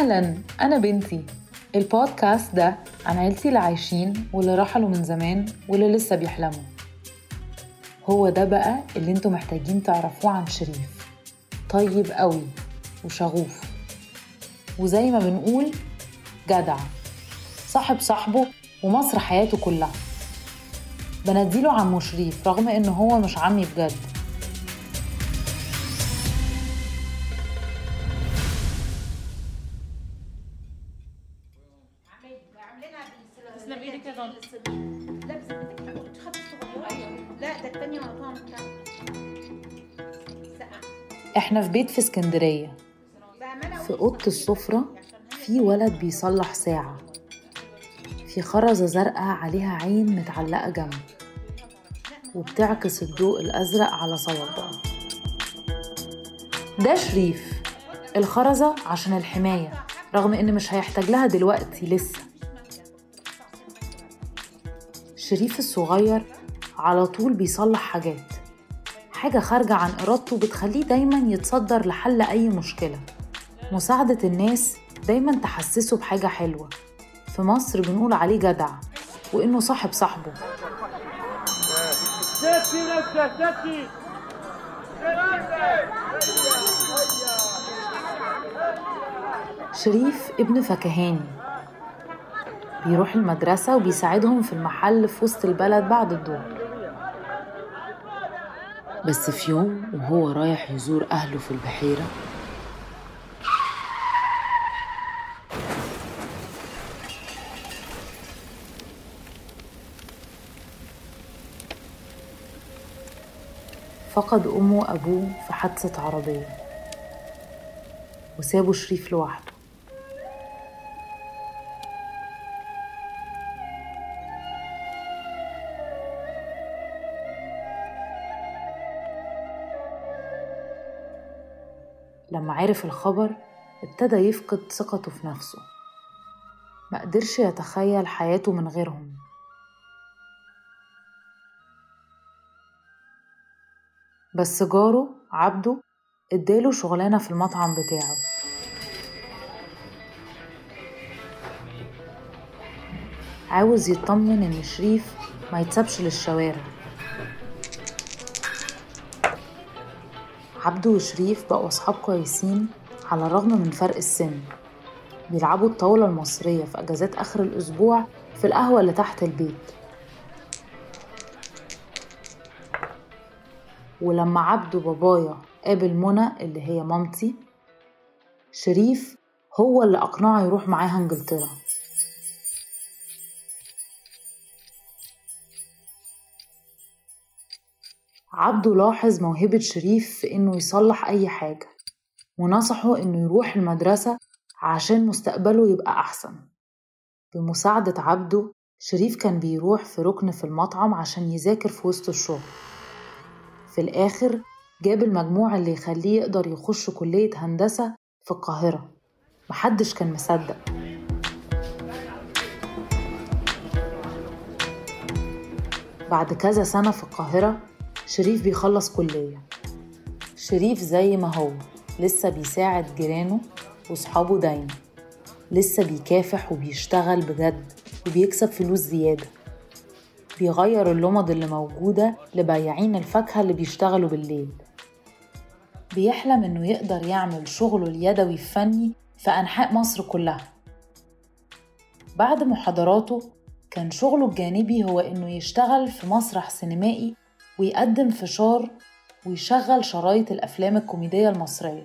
أهلاً، أنا بنتي. البودكاست ده عن عيلتي اللي عايشين واللي رحلوا من زمان واللي لسه بيحلموا. هو ده بقى اللي انتوا محتاجين تعرفوه عن شريف. طيب قوي وشغوف، وزي ما بنقول جدع، صاحب صاحبه ومصر حياته كلها. بنديله عمو شريف رغم انه هو مش عمي بجد. احنا في بيت في اسكندرية، في أوضة السفرة في ولد بيصلح ساعة، في خرزة زرقاء عليها عين متعلقة جنب وبتعكس الضوء الأزرق على صوابعه. ده شريف. الخرزة عشان الحماية رغم إن مش هيحتاج لها دلوقتي لسه. شريف الصغير على طول بيصلح حاجة خارجة عن إرادته بتخليه دايماً يتصدر لحل أي مشكلة. مساعدة الناس دايماً تحسسه بحاجة حلوة. في مصر بنقول عليه جدع وإنه صاحب صاحبه. شريف ابن فكهاني، بيروح المدرسة وبيساعدهم في المحل في وسط البلد بعد الظهر. بس في يوم وهو رايح يزور أهله في البحيرة، فقد أمه وأبوه في حادثة عربية وسابوا شريف لوحده. لما عرف الخبر ابتدى يفقد ثقته في نفسه، ما قدرش يتخيل حياته من غيرهم. بس جاره عبده اداله شغلانة في المطعم بتاعه. عاوز يطمن ان شريف ما يتسابش للشوارع. عبده وشريف بقوا أصحاب كويسين على الرغم من فرق السن. بيلعبوا الطاولة المصرية في أجازات آخر الأسبوع في القهوة اللي تحت البيت. ولما عبده بابايا قابل منى اللي هي مامتي، شريف هو اللي أقنعه يروح معاها إنجلترا. عبده لاحظ موهبة شريف في إنه يصلح أي حاجة، ونصحه إنه يروح المدرسة عشان مستقبله يبقى أحسن. بمساعدة عبده، شريف كان بيروح في ركن في المطعم عشان يذاكر في وسط الشغل. في الآخر جاب المجموع اللي يخليه يقدر يخش كلية هندسة في القاهرة. محدش كان مصدق. بعد كذا سنة في القاهرة شريف بيخلص كلية. شريف زي ما هو لسه بيساعد جيرانه وصحابه دايما، لسه بيكافح وبيشتغل بجد وبيكسب فلوس زيادة. بيغير اللمض اللي موجودة لبياعين الفاكهة اللي بيشتغلوا بالليل. بيحلم إنه يقدر يعمل شغله اليدوي الفني في أنحاء مصر كلها. بعد محاضراته كان شغله الجانبي هو إنه يشتغل في مسرح سينمائي ويقدم فشار ويشغل شرايط الأفلام الكوميدية المصرية.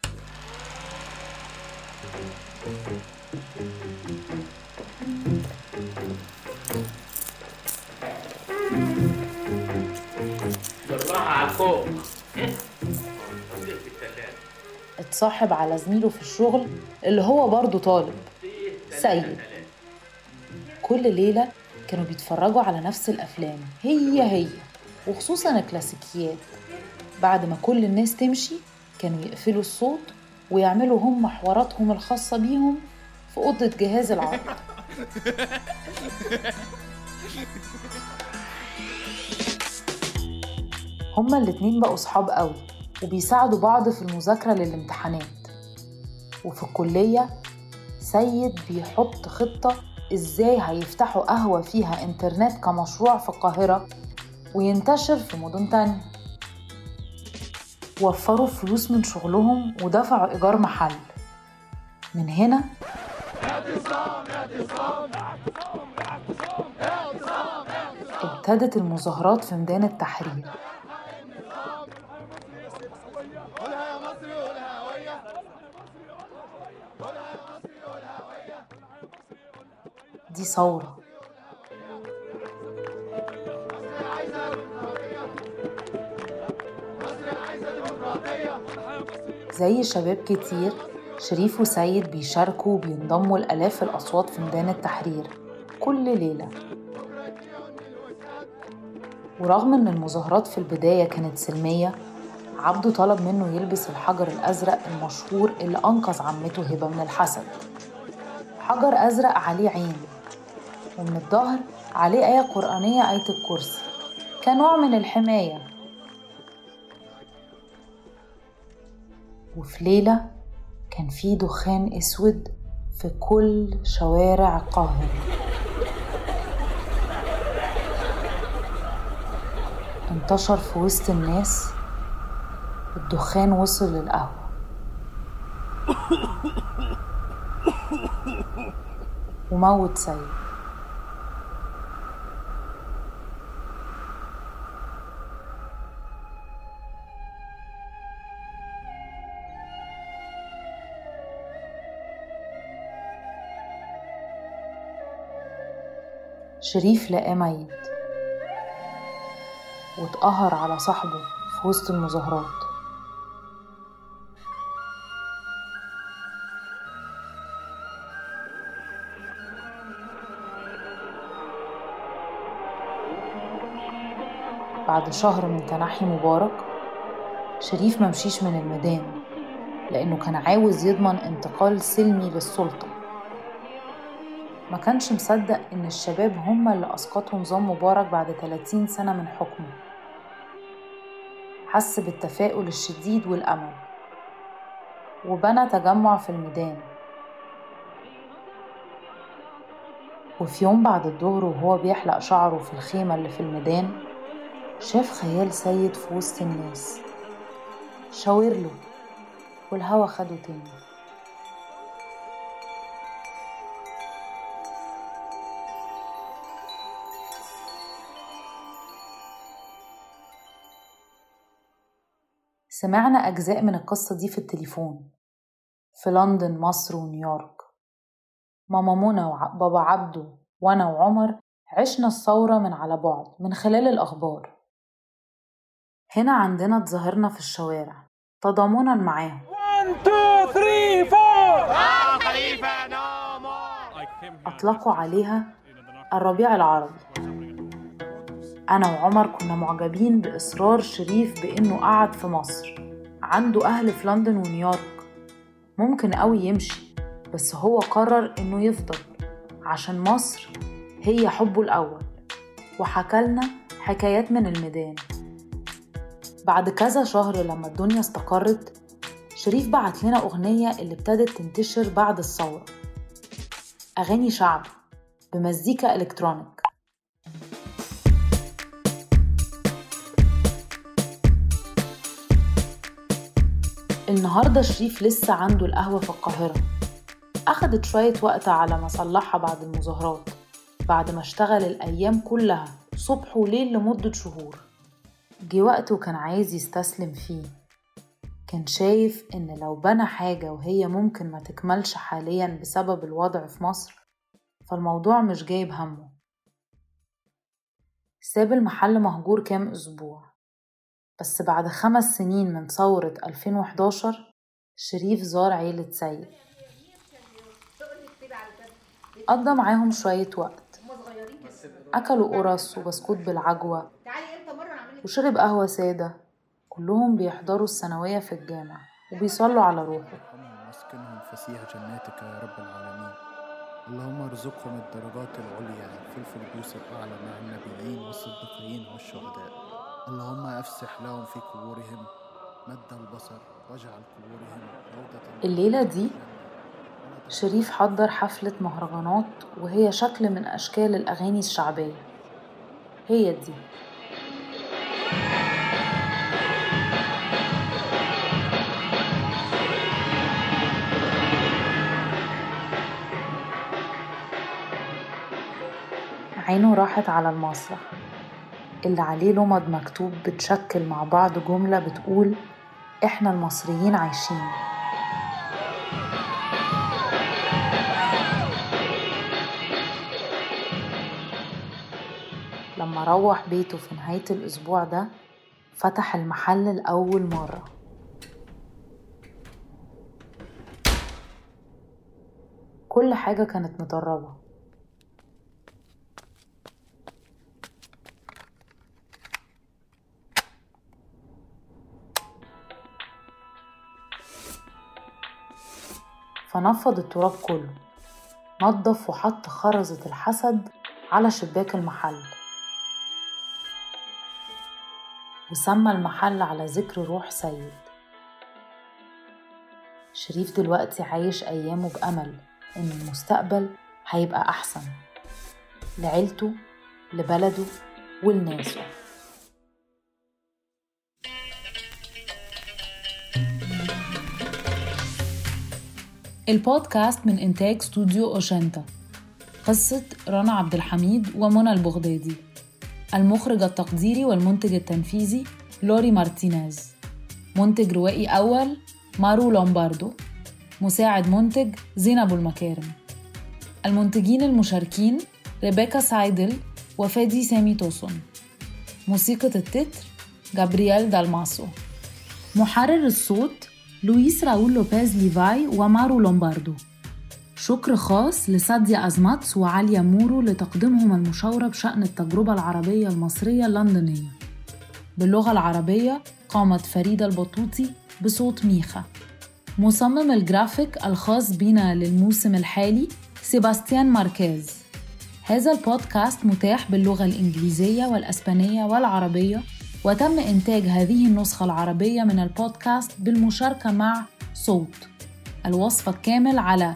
اتصاحب على زميله في الشغل اللي هو برضه طالب، سيد. كل ليلة كانوا بيتفرجوا على نفس الأفلام هي وخصوصاً الكلاسيكيات. بعد ما كل الناس تمشي كانوا يقفلوا الصوت ويعملوا هم حواراتهم الخاصة بيهم في أوضة جهاز العرض. هما الاتنين بقوا صحاب قوي وبيساعدوا بعض في المذاكرة للامتحانات. وفي الكلية سيد بيحط خطة إزاي هيفتحوا قهوة فيها إنترنت كمشروع في القاهرة وينتشر في مدن تانية. وفروا فلوس من شغلهم ودفعوا إيجار محل. من هنا ابتدت المظاهرات في ميدان التحرير. دي ثورة. زي شباب كتير شريف وسيد بيشاركوا وبينضموا لآلاف الأصوات في ميدان التحرير كل ليلة. ورغم إن المظاهرات في البداية كانت سلمية، عبده طلب منه يلبس الحجر الأزرق المشهور اللي أنقذ عمته هبة من الحسد. حجر أزرق عليه عين، ومن الظهر عليه آية قرآنية، آية الكرسي، كنوع من الحماية. وفي ليلة كان في دخان أسود في كل شوارع القاهرة. انتشر في وسط الناس، الدخان وصل للقهوة. وموت سيد. شريف لقاه ميت واتقهر على صاحبه في وسط المظاهرات. بعد شهر من تنحي مبارك، شريف ممشيش من الميدان لأنه كان عاوز يضمن انتقال سلمي للسلطة. ما كانش مصدق إن الشباب هم اللي أسقطوا نظام مبارك بعد 30 سنة من حكمه. حس بالتفاؤل الشديد والأمل، وبنى تجمع في الميدان. وفي يوم بعد الظهر وهو بيحلق شعره في الخيمة اللي في الميدان، شاف خيال سيد في وسط الناس، شاورله والهوا خده تاني. سمعنا أجزاء من القصة دي في التليفون في لندن، مصر، ونيويورك. ماما منى وبابا عبده وأنا وعمر عشنا الثورة من على بعد من خلال الأخبار. هنا عندنا اتظاهرنا في الشوارع تضامنا معاهم. 1 2 3 4 أطلقوا عليها الربيع العربي. أنا وعمر كنا معجبين بإصرار شريف بإنه قعد في مصر، عنده أهل في لندن ونيويورك، ممكن قوي يمشي، بس هو قرر إنه يفضل عشان مصر هي حبه الأول. وحكالنا حكايات من الميدان. بعد كذا شهر لما الدنيا استقرت، شريف بعت لنا أغنية اللي ابتدت تنتشر بعد الثورة، أغاني شعب بمزيكا إلكترونيك. النهاردة شريف لسه عنده القهوة في القاهرة. أخدت شوية وقت على ما صلحها بعد المظاهرات، بعد ما اشتغل الأيام كلها صبح وليل لمدة شهور. جه وقت وكان عايز يستسلم فيه. كان شايف إن لو بنى حاجة وهي ممكن ما تكملش حاليا بسبب الوضع في مصر، فالموضوع مش جايب همه. ساب المحل مهجور كام أسبوع، بس بعد 5 سنين من ثورة 2011 شريف زار عيلة سيد. قضى معاهم شوية وقت، أكلوا قرص وبسكوت بالعجوة وشرب قهوة سادة. كلهم بيحضروا الثانوية في الجامع وبيصلوا على روحه. مسكنهم فسيح جناتك يا رب العالمين. اللهم ارزقهم الدرجات العليا في الفردوس الأعلى مع النبيين والصديقين والشهداء. اللهم أفسح لهم في قبورهم مد البصر واجعل قبورهم روضة. الليلة دي شريف حضر حفلة مهرجانات وهي شكل من أشكال الأغاني الشعبية. هي دي. عينه راحت على المسرح اللي عليه لمض مكتوب بتشكل مع بعض جملة بتقول إحنا المصريين عايشين. لما روح بيته في نهاية الأسبوع ده فتح المحل لأول مرة. كل حاجة كانت مدربة. فنفض التراب كله، نظف وحط خرزة الحسد على شباك المحل، وسمى المحل على ذكر روح سيد. شريف دلوقتي عايش أيامه بأمل إن المستقبل هيبقى أحسن لعيلته، لبلده، ولناسه. البودكاست من إنتاج استوديو أوشنتا. قصة رنا عبد الحميد ومنى البغدادي. المخرج التقديري والمنتج التنفيذي لوري مارتينيز. منتج روائي أول مارو لومباردو. مساعد منتج زينب المكارم. المنتجين المشاركين ريبيكا سايدل وفادي سامي توسون. موسيقى التتر جابرييل دالماسو. محرر الصوت لويس راول لوبيز ليفاي ومارو لومباردو. شكر خاص لساديا أزماتس وعالية مورو لتقديمهم المشاورة بشأن التجربة العربية المصرية اللندنية. باللغة العربية قامت فريدة البطوطي بصوت ميخا. مصمم الجرافيك الخاص بنا للموسم الحالي سيباستيان ماركيز. هذا البودكاست متاح باللغة الإنجليزية والأسبانية والعربية، وتم إنتاج هذه النسخة العربية من البودكاست بالمشاركة مع صوت. الوصف الكامل على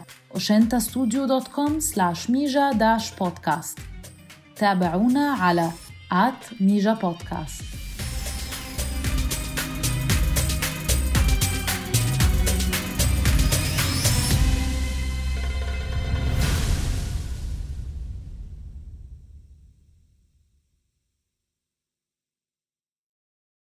oshentastudio.com/mija-podcast. تابعونا على @mija podcast.